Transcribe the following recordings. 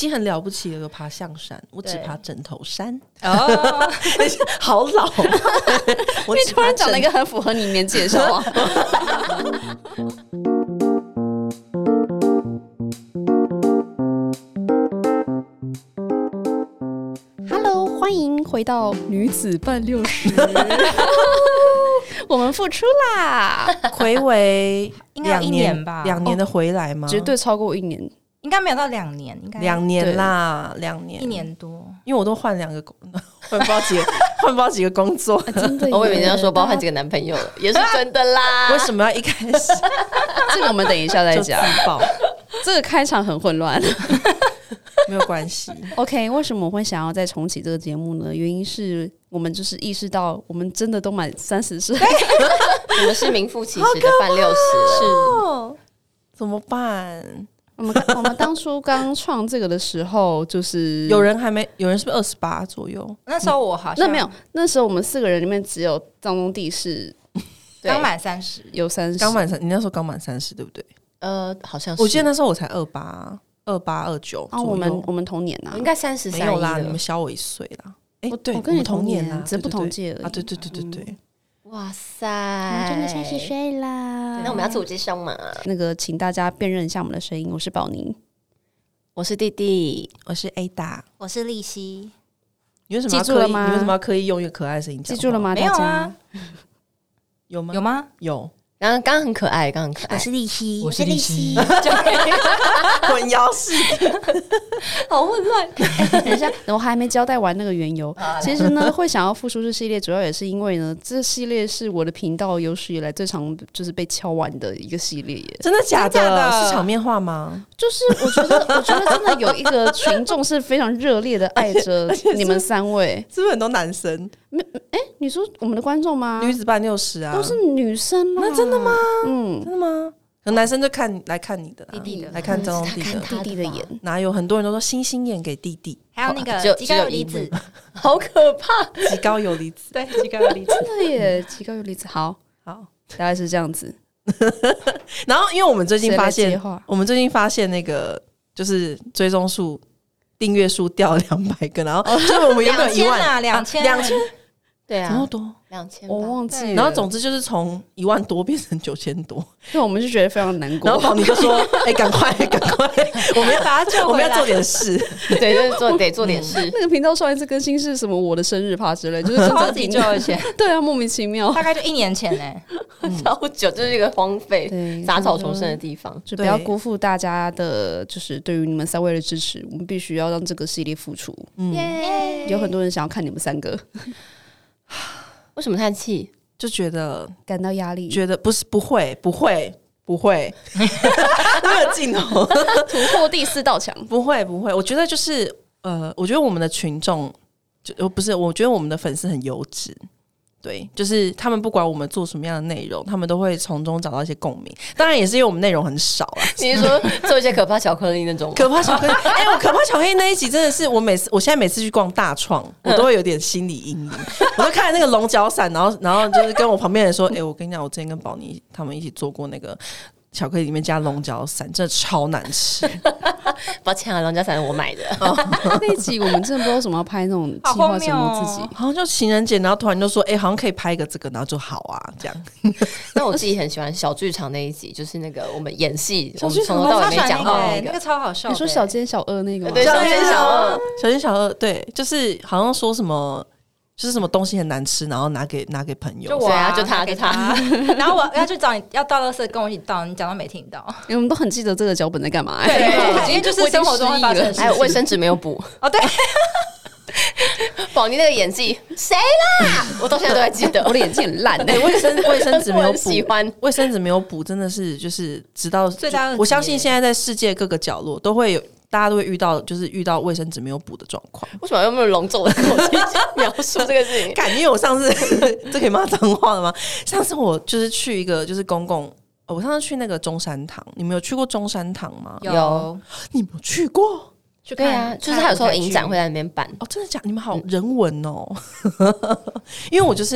经很了不起了，爬象山，我只爬枕头山。 哦， 好老，我你突然讲了一个很符合你年纪的笑话。Hello， 欢迎回到女子半60，我们复出啦！ 睽违应该有1年吧 2年的回来吗？ 绝对超过1年。 应该没有到2年，应该 2年啦，2年 1年多， 因为我都换2个，换不知道几个工作， 真的耶。 我以为你要说包换几个男朋友了，也是真的啦。 为什么要一开始这个我们等一下再就讲。 自爆？ 这个开场很混乱。 没有关系。 OK， 为什么我会想要再重启这个节目呢？原因是我们就是意识到，我们真的都满30岁， 我们是名副其实的半60了。 怎么办？ 我们当初刚创这个的时候，就是有人是不是28左右？ 那时候我好像那没有，那时候我们4个人里面只有张宗弟是刚满30， 有30， 刚满30，你那时候刚满30，对不对？ 好像是。 我记得那时候我才28、29左右。 我们同年啊， 应该33 没有啦， 了你们小我1岁啦。对， 我跟你同年啊， 只是不同届而已啊。对。 哇塞， 真的30岁啦！ 那我们要自我介绍嘛？ 那个，请大家辨认一下我们的声音。我是宝妮， 我是弟弟， 我是 Ada。 我是丽希。 你为什么要记住了吗？ 你为什么要刻意用一个可爱的声音讲话？ 记住了吗？ 没有大家啊， 有吗？ 有吗？ 有。 刚刚很可爱，刚刚很可爱。 我是丽希， 我是丽希，混淆视听， 好混乱。 等一下，我还没交代完那个缘由。其实呢，会想要复出这系列，主要也是因为呢，这系列是我的频道有史以来最常就是被敲完的一个系列耶。 真的假真的假的是场面话吗？ 就是我觉得真的有一个群众是非常热烈的爱着你们3位。 是不是很多男生？ 你说我们的观众吗？ 女子半60啊， 都是女生啦。 那真的吗？ 嗯， 真的吗？可能男生就来看你的啦， 弟弟的来看张宗弟的。 弟弟的眼， 哪有很多人都说星星眼给弟弟， 还有那只有个极高游离子， 好可怕。 极高游离子。 对，极高游离子。 真的耶，极高游离子。好，大概是这样子。 然后，因为我们最近发谁来接现话， 那个就是追踪数、订阅数掉了200个，然后就是我们原本1万啊，2000， 对啊， 怎么多？ 2000， 我忘记了。 然后总之就是从1万多变成9000多， 对，我们就觉得非常难过。 然后宝妮就说：“赶快，我们要把它救回来，我们要做点事。” 对，就是得做点事。 那个频道上一次更新是什么？我的生日趴之类，就是超级久以前， 对啊，莫名其妙， 大概就1年前呢， 超久，就是一个荒废、 对， 杂草丛生的地方。 就不要辜负大家的，就是对于你们3位的支持，我们必须要让这个系列付出。 耶！ 有很多人想要看你们3个， 为什么叹气？ 就觉得感到压力， 觉得不会，那个镜头突破第4道墙， 不会，我觉得就是我觉得我们的群众不是，我觉得我们的粉丝很优质。对，就是他们不管我们做什么样的内容，他们都会从中找到一些共鸣。当然也是因为我们内容很少啦。 你是说做一些可怕巧克力那种吗？ 可怕巧克力，我可怕巧克力那一集真的是我现在每次去逛大创，我都会有点心理阴影。我就看那个龙角散，然后就是跟我旁边人说，我跟你讲，我之前跟宝妮他们一起做过那个巧克力里面加龙角散，真的超难吃。 抱歉啊，龙角散我买的。 那一集我们真的不知道为什么要拍那种计划节目自己， 好像就情人节，然后突然就说，好像可以拍一个这个，然后就好啊，这样。 那我自己很喜欢小剧场那一集，就是那个我们演戏，我们小剧场从头到尾没讲话那个超好笑。 你说小奸小恶那个吗？ 对，小奸小恶， 对，就是好像说什么。就是什么东西很难吃，然后拿给朋友， 就我啊， 就他， 然后我要去找你，要倒垃圾跟我一起倒，你讲都没听到， 我们都很记得这个脚本在干嘛。 对，因为就是生活中会发生的事情， 还有卫生纸没有补哦，对， 宝妮那个演技，谁啦？我到现在都还记得， 我的眼睛很烂。 卫生纸没有补， 喜欢卫生纸没有补，真的是就是直到最大， 我相信现在在世界各个角落都会有。大家都会遇到卫生纸没有补的状况。 为什么要那么隆重的口气描述这个事情？ 因为我上次这可以骂脏话了吗？上次我就是去一个就是公共，我上次去那个中山堂，你们有去过中山堂吗？ 有， 你们有去过？ 对啊，就是他有时候影展会在那边办。 哦，真的假的？你们好人文哦！因为我就是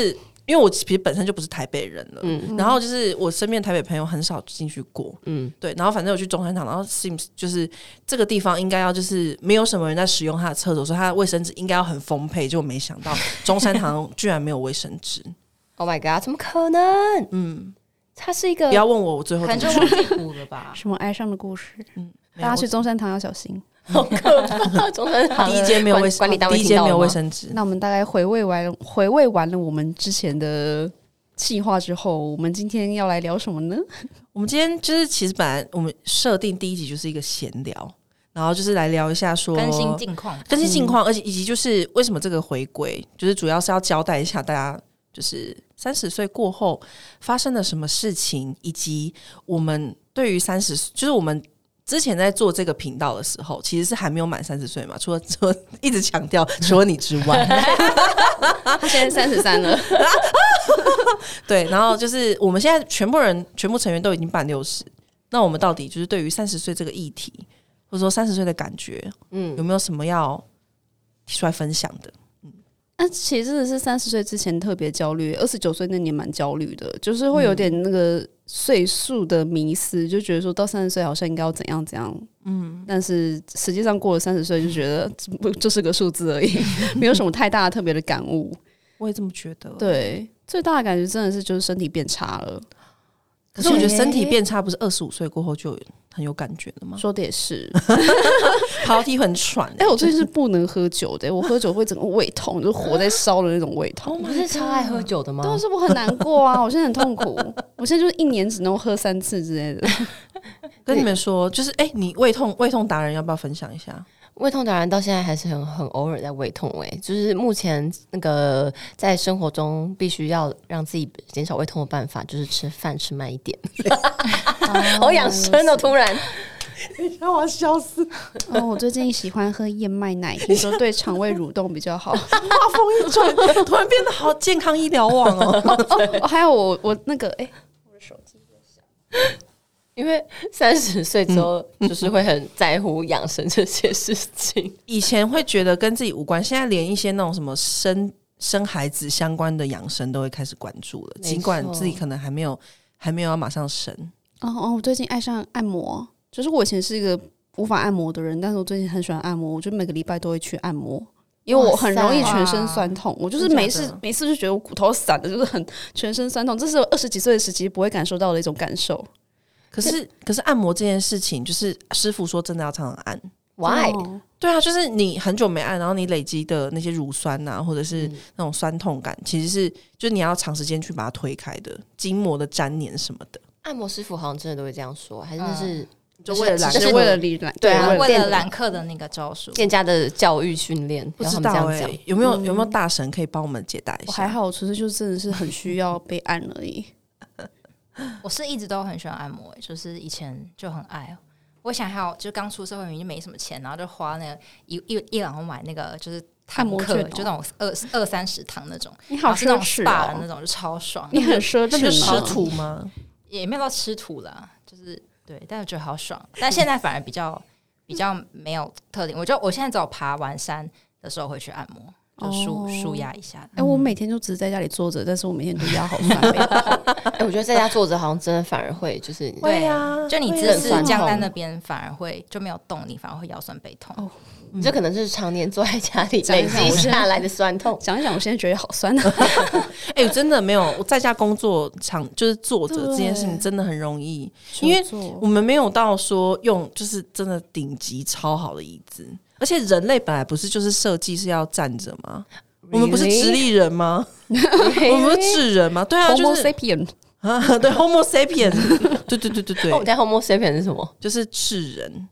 因为我其实本身就不是台北人了，然后就是我身边台北朋友很少进去过，对，然后反正我去中山堂，然后 Sims 就是这个地方应该要就是没有什么人在使用它的厕所，所以它的卫生纸应该要很丰沛，结果没想到中山堂居然没有卫生纸。 Oh my god， 怎么可能？它是一个， 不要问我最后可能就忘记补了吧。 什么哀伤的故事？大家去中山堂要小心。 好可怕！中山堂第一间没有管理单位第一间没有卫生纸。 那我们大概回味完了我们之前的计划之后，我们今天要来聊什么呢？ 我们今天就是其实本来我们设定第一集就是一个闲聊，然后就是来聊一下说更新近况， 而且以及就是为什么这个回归，就是主要是要交代一下大家，就是30岁过后发生了什么事情，以及我们对于30，就是我们之前在做这个频道的时候，其实是还没有满30岁嘛，除了一直强调除了你之外， 他现在33了， 对，然后就是我们现在全部成员都已经半60，那我们到底就是对于30岁这个议题，或者说30岁的感觉，有没有什么要提出来分享的？ 那其实真的是30岁之前特别焦虑，29岁那年蛮焦虑的，就是会有点那个岁数的迷思，就觉得说到30岁好像应该要怎样怎样，但是实际上过了30岁就觉得就是个数字而已，没有什么太大的特别的感悟。 我也这么觉得。 对，最大的感觉真的是就是身体变差了。 可是我觉得身体变差不是25岁过后就很有感觉了吗？ 说的也是， 爬楼梯很喘。 我最近是不能喝酒的，我喝酒会整个胃痛，就是火在烧的那种胃痛。 你是超爱喝酒的吗？ 但是我很难过啊，我现在很痛苦，我现在就是1年只能喝3次之类的。 跟你们说，就是你胃痛达人要不要分享一下？ 胃痛达人到现在还是很偶尔在胃痛就是目前那个在生活中必须要让自己减少胃痛的办法，就是吃饭吃慢一点。好养生哦，突然。 让我笑死！ 我最近喜欢喝燕麦奶，听说对肠胃蠕动比较好。 话锋一转，突然变得好健康医疗网哦。 还有我那个我的手机在响。 因为30岁之后就是会很在乎养生这些事情， 以前会觉得跟自己无关，现在连一些那种什么生孩子相关的养生都会开始关注了，尽管自己可能还没有要马上生。 我最近爱上按摩，就是我以前是一个无法按摩的人，但是我最近很喜欢按摩，我就每个礼拜都会去按摩。因为我很容易全身酸痛，我就是每次就觉得我骨头散的，就是很全身酸痛，这是我20几岁的时期不会感受到的一种感受。 可是按摩这件事情，就是师傅说真的要常常按。 Why？ 对啊，就是你很久没按，然后你累积的那些乳酸啊，或者是那种酸痛感，其实是就是你要长时间去把它推开的，筋膜的粘连什么的。 按摩师傅好像真的都会这样说，还是那是就为了就是为了理对啊，为了揽客的那个招数， 店家的教育训练， 不知道有没有大神可以帮我们解答一下？ 我还好，其实就真的是很需要被按而已。 我是一直都很喜欢按摩，就是以前就很爱。我想还有就刚出社会，明明没什么钱，然后就花那个一两万买那个就是堂课，就那种20-30堂那种。 你好奢侈的那种，就超爽。 你很奢侈， 那就吃土吗？ 也没有到吃土啦，就是对，但是觉得好爽。但现在反而比较没有特点。我现在只有爬完山的时候会去按摩。就舒压一下。 我每天就只是在家里坐着，但是我每天都压好酸背。 我觉得在家坐着好像真的反而会就是对啊，就你姿势僵在那边，反而会就没有动，你反而会腰酸背痛。 这可能是常年坐在家里累积下来的酸痛。 讲一讲，我现在觉得好酸啊！ 真的没有，我在家工作就是坐着这件事情真的很容易，因为我们没有到说用就是真的顶级超好的椅子。而且人类本来不是就是设计是要站着吗？ 我们不是直立人吗？我们不是智人吗？对啊，就是 Homo sapien 啊，对 Homo sapien， 对。 我们家 Homo sapien 是什么？ 就是智人。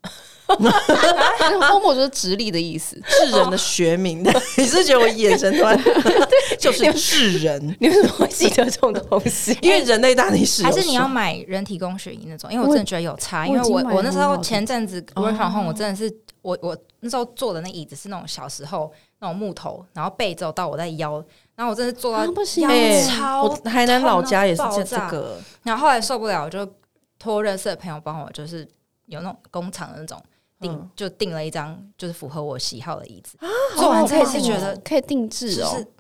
Homo 就是直立的意思， 智人的学名。你是觉得我眼神突然就是智人？ 你为什么会记得这种东西？ 因为人类大历史还是你要买人体工学椅那种？因为我真的觉得有差，因为我那时候前阵子 work from home，我真的是我那时候坐的那椅子是那种小时候那种木头，然后背之后到我在腰，然后我真的坐到腰超我海南老家也是这个， 然后后来受不了，我就托认识的朋友帮我，就是有那种工厂的那种就订了一张就是符合我喜好的椅子。做完这一次觉得可以定制哦，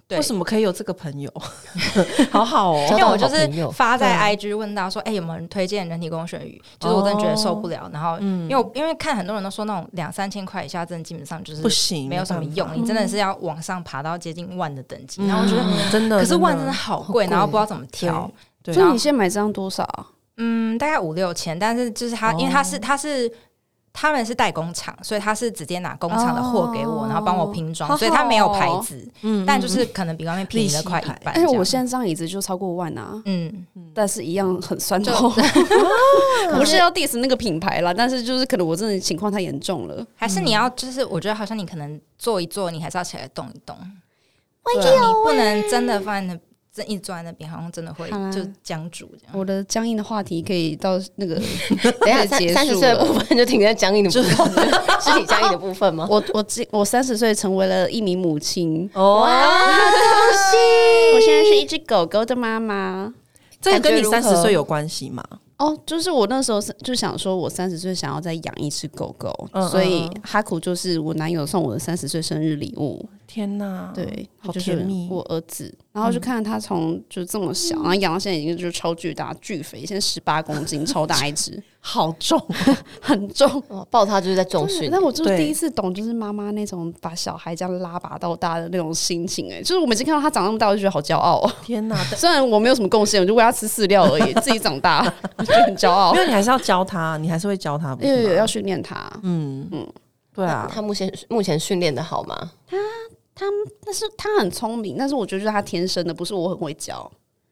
对， 为什么可以有这个朋友？好好哦， 因为我就是发在 IG 问到说，有没有人推荐人体工学语？就是我真的觉得受不了。然后，因为看很多人都说那种2-3千块以下，真的基本上就是不行， 没有什么用。你真的是要往上爬到接近万的等级。然后我觉得真的， 可是万真的好贵，然后不知道怎么挑。 所以你现在买这样多少？ 大概5-6千，但是就是因为他们是代工厂，所以他是直接拿工厂的货给我，然后帮我拼装，所以他没有牌子，但就是可能比外面便宜了快1半。 我现在这张椅子就超过1万啊，但是一样很酸痛。不是要 diss 那个品牌啦，但是就是可能我真的情况太严重了。 还是你要就是我觉得好像你可能坐一坐，你还是要起来动一动。你不能真的放在那。一直坐在那边，好像真的会就僵住这样。 我的僵硬的话题可以到那个等一下30岁的部分就停在僵硬的部分，肢体僵硬的部分吗？ 我30岁成为了一名母亲， 哇，恭喜！ 我现在是一只狗狗的妈妈。 这个跟你30岁有关系吗？ 就是我那时候就想说，我30岁想要再养一只狗狗，所以哈库就是我男友送我的30岁生日礼物。 天哪， 对， 好甜蜜！ 我儿子，然后就看他从就这么小，然后养到现在已经就是超巨大、巨肥，现在18公斤，超大一只， 好重， 很重。 抱他就是在重训。 但我就是第一次懂，就是妈妈那种把小孩这样拉拔到大的那种心情。就是我每次看到他长那么大，我就觉得好骄傲。 天哪！ 虽然我没有什么贡献，我就喂他吃饲料而已，自己长大，我觉得很骄傲。 因为你还是要教他，你还是会教他， 因为要训练他。 对啊。 他目前训练的好吗？ 但是他很聪明，但是我觉得就是他天生的，不是我很会教。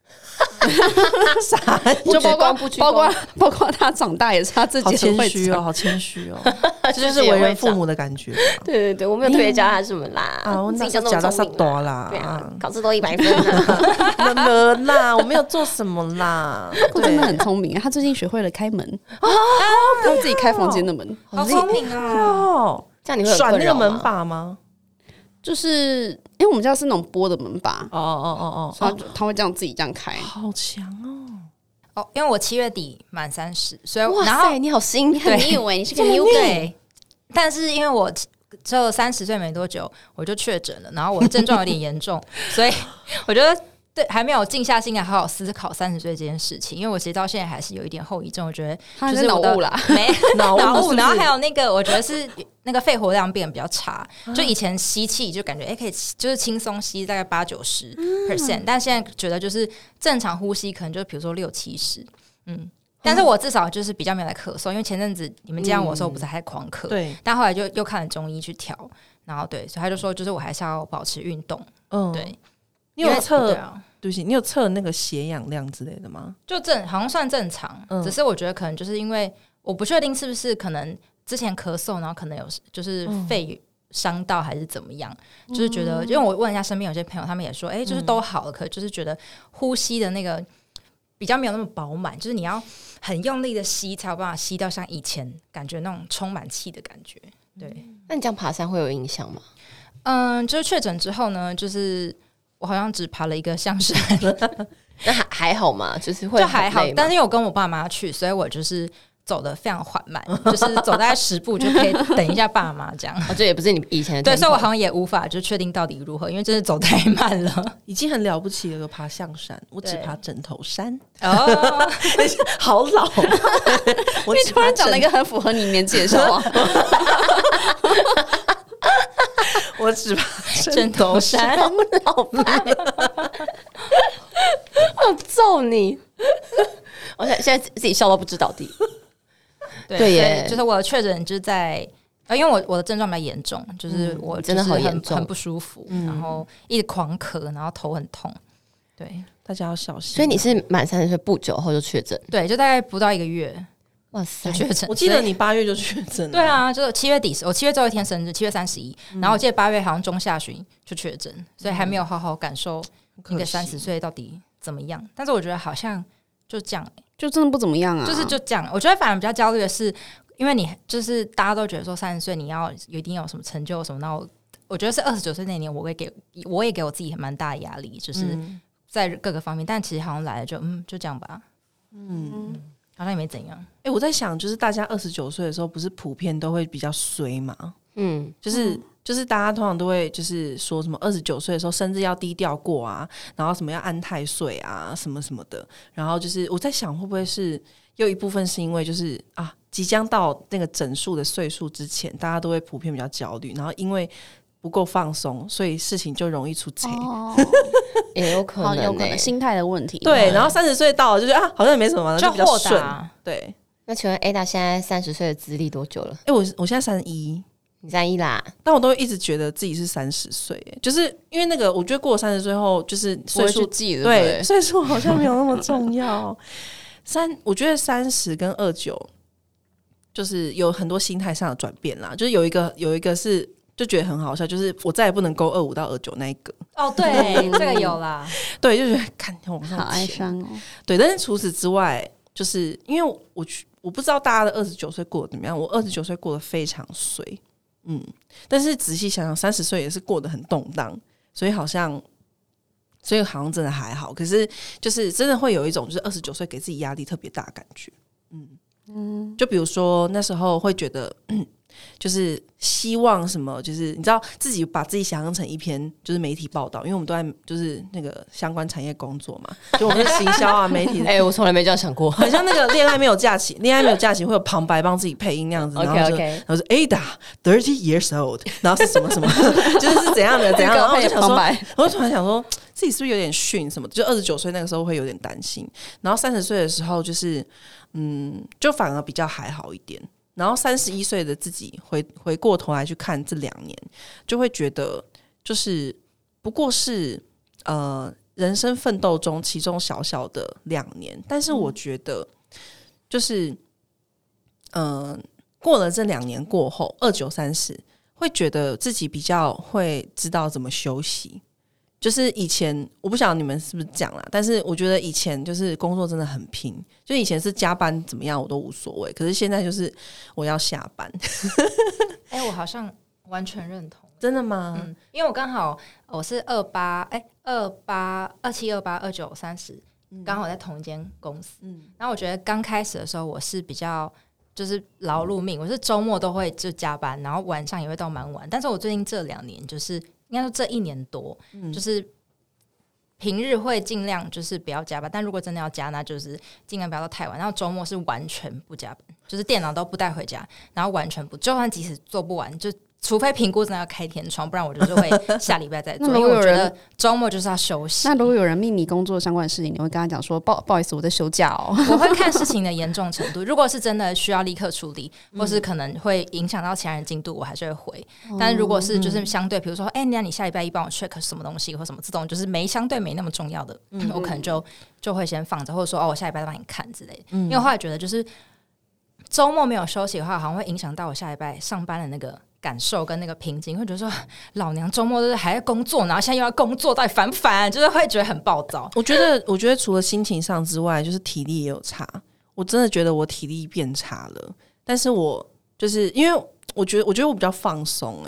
傻， 就包括他长大也是他自己很会教。 好谦虚哦，这就是为人父母的感觉。 对，我没有特别教他什么啦， 我自己就教到差不多啦， 对啊，考试都100分了啦，我没有做什么啦。 他真的很聪明，他最近学会了开门他自己开房间的门， 好聪明哦！ 这样你会甩那个门把吗？ 就是因为我们家是那种拨的门把，所以他会这样自己这样开， 好强哦！ 因为我7月底满30，所以哇塞，你好新， 你以为你是个 new 对，但是因为我只有30岁没多久，我就确诊了，然后我的症状有点严重，所以我觉得。对，还没有静下心来好好思考30岁这件事情，因为我其实到现在还是有一点后遗症。我觉得就是脑雾啦， 没脑雾，然后还有那个，我觉得是那个肺活量变得比较差。就以前吸气就感觉可以，就是轻松吸大概80-90%，但现在觉得就是正常呼吸可能就比如说60-70%。但是我至少就是比较没有来咳嗽，因为前阵子你们接我的时候不是还狂咳， 对， 但后来就又看了中医去调，然后对，所以他就说就是我还是要保持运动，对。 你有测对不起，你有测那个血氧量之类的吗？ 就好像算正常，只是我觉得可能就是因为我不确定是不是可能之前咳嗽，然后可能有就是肺伤到还是怎么样，就是觉得，因为我问一下身边有些朋友，他们也说，就是都好了，可就是觉得呼吸的那个比较没有那么饱满，就是你要很用力的吸才有办法吸到像以前感觉那种充满气的感觉。对， 那你这样爬山会有影响吗？ 就是确诊之后呢，就是我好像只爬了1个象山， 那还好嘛，就是会就还好。但是因为我跟我爸妈去，所以我就是走得非常缓慢，就是走大概10步就可以等一下爸妈这样。 这也不是你以前的对，所以我好像也无法就确定到底如何，因为真的走太慢了， 已经很了不起了。有爬象山，我只爬枕头山。 好老！我突然讲了一个很符合你年纪的笑话。 我只爬枕头山， 老派，我揍你！我现在自己笑到不知道地。 对耶，就是我的确诊就是在，因为我的症状比较严重，就是我真的好严重， 很不舒服，然后一直狂咳，然后头很痛。对， 大家要小心。 所以你是满30岁不久后就确诊？ 对，就大概不到1个月。 哇塞！ 确诊， 我记得你8月就确诊了。 对啊，就是7月底，我7月最后一天生日，7月31，然后我记得8月好像中下旬就确诊，所以还没有好好感受一个30岁到底怎么样。但是我觉得好像就这样， 就真的不怎么样啊， 就这样。我觉得反而比较焦虑的是，因为你就是大家都觉得说30岁你要一定要有什么成就什么，那我觉得是29岁那年，我也给我自己蛮大的压力，就是在各个方面。但其实好像来了就这样吧，好像也没怎样。 我在想，就是大家29岁的时候，不是普遍都会比较衰嘛？就是就是大家通常都会就是说什么29岁的时候生日要低调过啊，然后什么要安太岁啊什么什么的，然后就是我在想会不会是又一部分是因为就是即将到那个整数的岁数之前，大家都会普遍比较焦虑，然后因为不够放松，所以事情就容易出错。 也有可能、 有可能心态的问题。 对，然后30岁到了就觉得好像也没什么嘛，就比较顺。对， 那请问 Ada 现在30岁的资历多久了？ 我现在31。 你31啦， 但我都一直觉得自己是30岁，就是因为那个我觉得过了30岁后，就是岁数对岁数好像没有那么重要。我觉得30跟29就是有很多心态上的转变啦，就是有一个是就觉得很好笑，就是我再也不能勾25到29那一个。 对，这个有啦。 对，就觉得看我们好哀伤哦。 对，但是除此之外，就是因为我不知道大家的29岁过得怎么样，我29岁过得非常衰。但是仔细想想，30岁也是过得很动荡，所以好像真的还好。可是就是真的会有一种就是29岁给自己压力特别大的感觉。就比如说那时候会觉得就是希望什么，就是你知道自己把自己想象成一篇就是媒体报道，因为我们都在就是那个相关产业工作嘛，就我们是行销啊媒体我从来没这样想过， 很像那个恋爱没有假期会有旁白帮自己配音那样子，然后说 Ada 30 years old， 然后是什么什么就是怎样的怎样，然后我就想说，我就突然想说自己是不是有点逊什么的，就29岁那个时候会有点担心，然后30岁的时候就是就反而比较还好一点。然后31岁的自己回过头来去看这2年，就会觉得就是不过是人生奋斗中其中小小的2年，但是我觉得就是过了这2年过后，29、30会觉得自己比较会知道怎么休息。就是以前我不晓得你们是不是这样啦，但是我觉得以前就是工作真的很拼，就以前是加班怎么样我都无所谓，可是现在就是我要下班。 我好像完全认同。 真的吗？ 因为我刚好我是27、28、29、30，刚好在同一间公司。然后我觉得刚开始的时候我是比较就是劳碌命，我是周末都会就加班，然后晚上也会到蛮晚。但是我最近这2年就是应该说这1年多，就是平日会尽量就是不要加班，但如果真的要加，那就是尽量不要到太晚。然后周末是完全不加班，就是电脑都不带回家，然后完全不，就算即使做不完，就除非评估真的要开天窗，不然我就是会下礼拜再做。因为我觉得周末就是要休息。 那如果有人命你工作相关的事情，你会跟他讲说不好意思我在休假哦。 我会看事情的严重程度，如果是真的需要立刻处理，或是可能会影响到其他人进度，我还是会回。但是如果是就是相对比如说那你下礼拜一帮我 check 什么东西或什么这种就是相对没那么重要的，我可能就会先放着，或者说我下礼拜再帮你看之类的。因为我后来觉得就是周末没有休息的话，好像会影响到我下礼拜上班的那个感受跟那个瓶颈，会觉得说老娘周末都是还在工作，然后现在又要工作，到底烦不烦？就是会觉得很暴躁。 我觉得除了心情上之外，就是体力也有差。我真的觉得我体力变差了，但是我就是因为我觉得我比较放松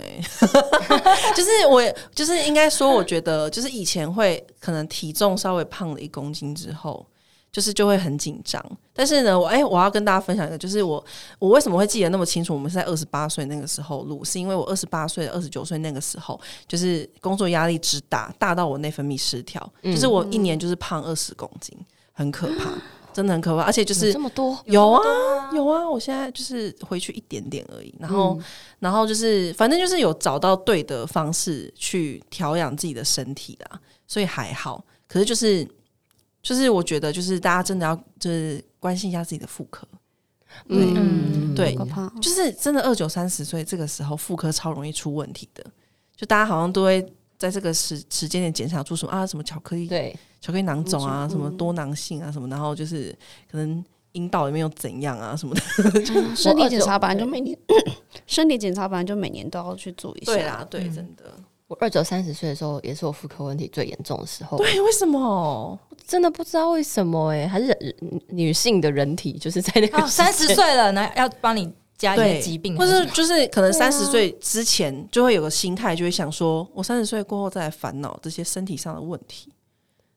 就是应该说，我觉得就是以前会可能体重稍微胖了1公斤之后。就会很紧张，但是呢，我要跟大家分享一个，就是我为什么会记得那么清楚？我们是在28岁那个时候录，是因为我28岁、29岁那个时候，就是工作压力之大到我内分泌失调，就是我1年就是胖20公斤，很可怕，真的很可怕，而且就是这么多， 有啊，我现在就是回去一点点而已，然后就是反正就是有找到对的方式去调养自己的身体啦，所以还好，可是就是我觉得就是大家真的要就是关心一下自己的妇科，对，就是真的29、30岁这个时候妇科超容易出问题的，就大家好像都会在这个时间点检查出什么什么巧克力囊肿啊，什么多囊性啊什么，然后就是可能阴道里面又怎样啊什么的。 身体检查本来就每年，身体检查本来就每年都要去做一下。 对啦，对，真的。 我29、30岁的时候，也是我妇科问题最严重的时候。 对，为什么？ 真的不知道为什么还是女性的人体就是在那个 30岁了，那要帮你加一些疾病， 或是就是可能30岁之前就会有个心态，就会想说，我30岁过后再来烦恼这些身体上的问题。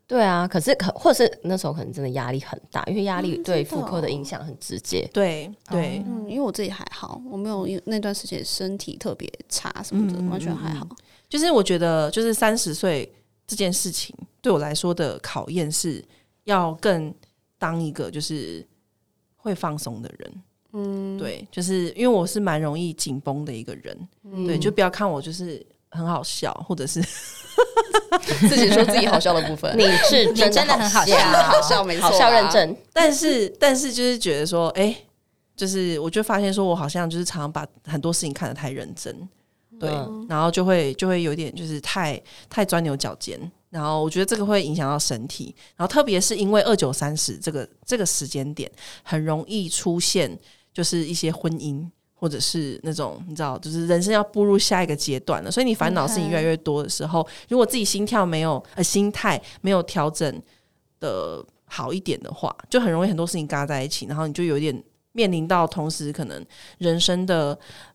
对啊，可是或者是那时候可能真的压力很大，因为压力对妇科的影响很直接。 对， 因为我自己还好，我没有那段时间身体特别差什么的，完全还好。 就是我觉得，就是30岁这件事情对我来说的考验是要更当一个就是会放松的人。对，就是因为我是蛮容易紧绷的一个人。对，就不要看我就是很好笑，或者是自己说自己好笑的部分， 你是真的很好笑， 好笑没错， 好笑认证。 但是就是觉得说，就是我就发现说我好像就是常常把很多事情看得太认真，对，然后就会有点就是太钻牛角尖，然后我觉得这个会影响到身体，然后特别是因为29、30这个时间点，很容易出现就是一些婚姻。或者是那种你知道，就是人生要步入下一个阶段了，所以你烦恼事情越来越多的时候，如果自己心态没有调整的好一点的话，就很容易很多事情嘎在一起，然后你就有点面临到同时可能人生的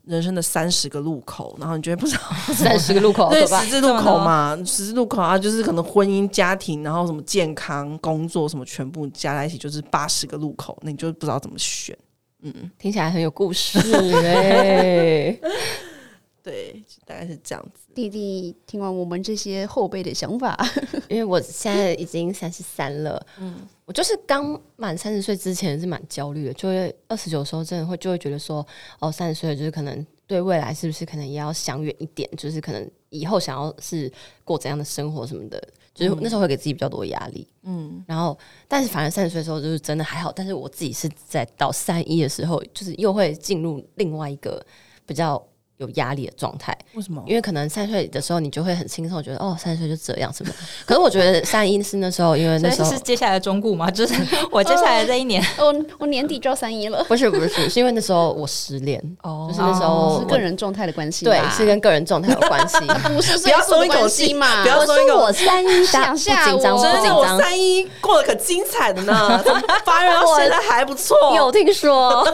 30个路口，然后你就会不知道 30个路口， 对，十字路口嘛，十字路口啊，就是可能婚姻、家庭，然后什么健康、工作什么，全部加在一起就是80个路口，那你就不知道怎么选。 听起来很有故事欸。 对，大概是这样子。 弟弟听完我们这些后辈的想法， 因为我现在已经33了，我就是刚满30岁之前是蛮焦虑的，就会29的时候真的就会觉得说，30岁就是可能对未来是不是可能也要想远一点，就是可能以后想要是过怎样的生活什么的，就是那时候会给自己比较多压力。然后但是反而30岁的时候就是真的还好，但是我自己是在到31的时候，就是又会进入另外一个比较有压力的状态。 为什么？ 因为可能30岁的时候你就会很轻松，觉得30岁就这样什么。可是我觉得31是那时候，因为那时候是接下来的中顾嘛，就是我接下来这一年， 我年底就要31了。 不是，是因为那时候我失恋，就是那时候是个人状态的关系， 对，是跟个人状态有关系。 不要松一口气嘛，不要松一口。 我31想下不紧张，真的我31过得可精彩的呢，发展到现在还不错。 有听说？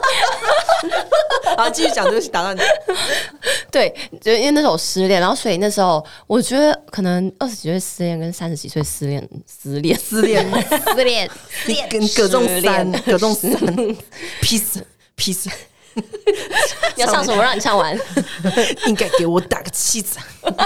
好，继续讲，对不起，打断你。 对，就因为那时候我失恋，然后所以那时候我觉得可能20几岁失恋跟30几岁失恋， 你跟葛仲山，peace， 你要唱什么？让你唱完。 应该给我打个7字。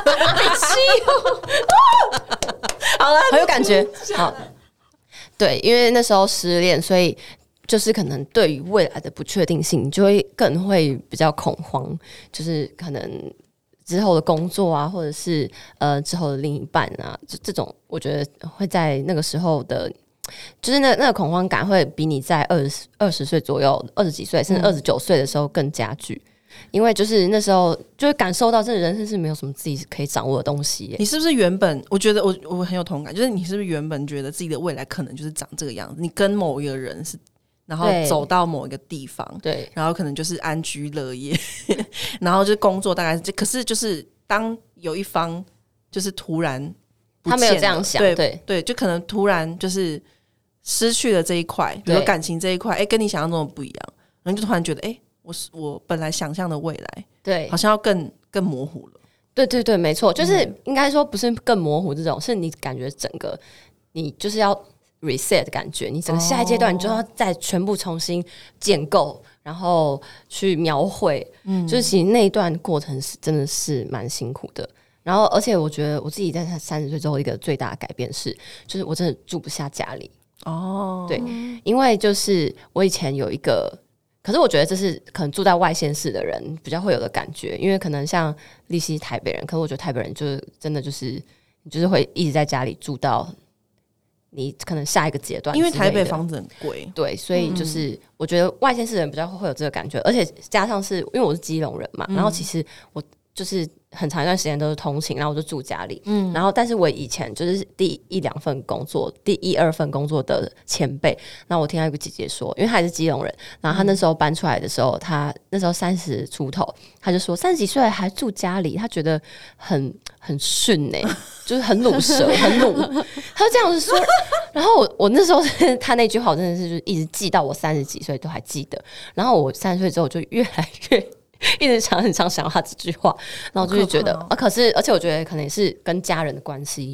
好了，很有感觉。好，对，因为那时候失恋，所以就是可能对于未来的不确定性，你就会更会比较恐慌，就是可能之后的工作啊，或者是之后的另一半啊，这种我觉得会在那个时候的，就是那个恐慌感会比你在20岁左右、20几岁甚至29岁的时候更加剧。因为就是那时候就会感受到，这人生是没有什么自己可以掌握的东西。 你是不是原本我觉得我很有同感，就是你是不是原本觉得自己的未来可能就是长这个样子？你跟某一个人是，然后走到某一个地方， 对， 然后可能就是安居乐业，然后就工作大概是这。可是就是当有一方就是突然不见了， 他没有这样想， 对，就可能突然就是失去了这一块，比如说感情这一块，跟你想象中的不一样，然后就突然觉得我本来想象的未来， 对， 好像要更模糊了。 对，没错，就是应该说不是更模糊这种，是你感觉整个你就是要 reset 的感觉，你整个下一阶段你就要再全部重新建构，然后去描绘。就是其实那一段过程是真的是蛮辛苦的。然后，而且我觉得我自己在30岁之后一个最大的改变是，就是我真的住不下家里。对，因为就是我以前有一个。可是我觉得这是可能住在外县市的人比较会有的感觉，因为可能像立希台北人，可是我觉得台北人就是真的就是你就是会一直在家里住到你可能下一个阶段， 因为台北房子很贵， 对，所以就是我觉得外县市人比较会有这个感觉，而且加上是因为我是基隆人嘛，然后其实我就是很长一段时间都是通勤，然后我就住家里，然后但是我以前就是第1-2份工作，第1-2份工作的前辈，那我听到一个姐姐说，因为她也是基隆人，然后她那时候搬出来的时候，她那时候30出头，她就说30几岁还住家里，她觉得很逊就是很鲁蛇，很鲁，她就这样子说。然后我那时候她那句话，我真的是就一直记到我30几岁都还记得。然后我30岁之后就越来越。一直很常想到他这句话，然后就觉得可是而且我觉得可能也是跟家人的关系，因为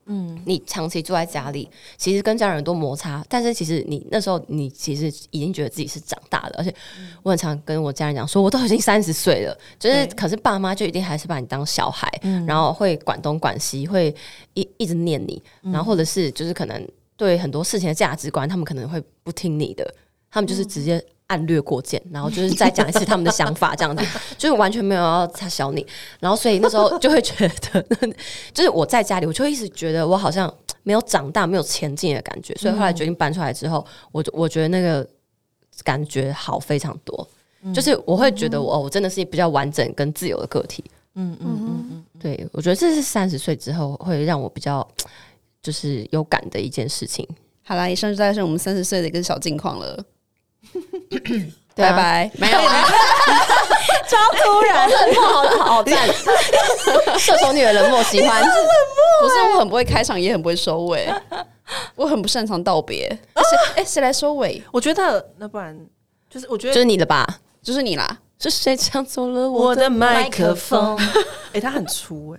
你长期住在家里，其实跟家人很多摩擦，但是其实你那时候你其实已经觉得自己是长大了，而且我很常跟我家人讲说，我都已经30岁了，就是可是爸妈就一定还是把你当小孩，然后会管东管西，会一直念你，然后或者是就是可能对很多事情的价值观，他们可能会不听你的，他们就是直接按略过键，然后就是再讲一次他们的想法，这样子就是完全没有要插小你，然后所以那时候就会觉得，就是我在家里，我就一直觉得我好像没有长大，没有前进的感觉，所以后来决定搬出来之后，我觉得那个感觉好非常多，就是我会觉得我真的是比较完整跟自由的个体，对，我觉得这是30岁之后会让我比较就是有感的一件事情。 好啦，以上就大概是我们30岁的一个小近况了。 对啊， 拜拜。 没有啊， 超突然， 冷漠，好赞，射手女的冷漠，喜欢。 不是，我很不会开场，也很不会收尾，我很不擅长道别。谁来收尾？ 我觉得那不然就是我觉得就是你的吧， 就是你啦。 是谁抢走了我的麦克克风风？ 它很粗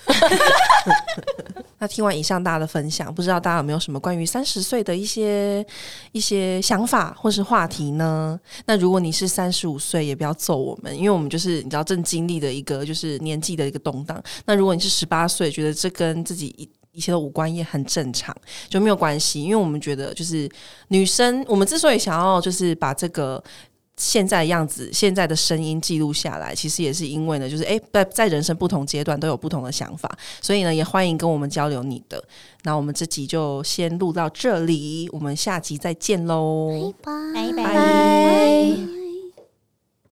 那听完以上大家的分享，不知道大家有没有什么关于30岁的一些想法或是话题呢？那如果你是35岁，也不要揍我们，因为我们就是你知道正经历的一个就是年纪的一个动荡。那如果你是18岁，觉得这跟自己一切都无关，也很正常，就没有关系。因为我们觉得就是女生，我们之所以想要就是把这个现在的样子，现在的声音记录下来，其实也是因为呢，就是在人生不同阶段都有不同的想法，所以呢，也欢迎跟我们交流你的。那我们这集就先录到这里，我们下集再见喽， 拜拜。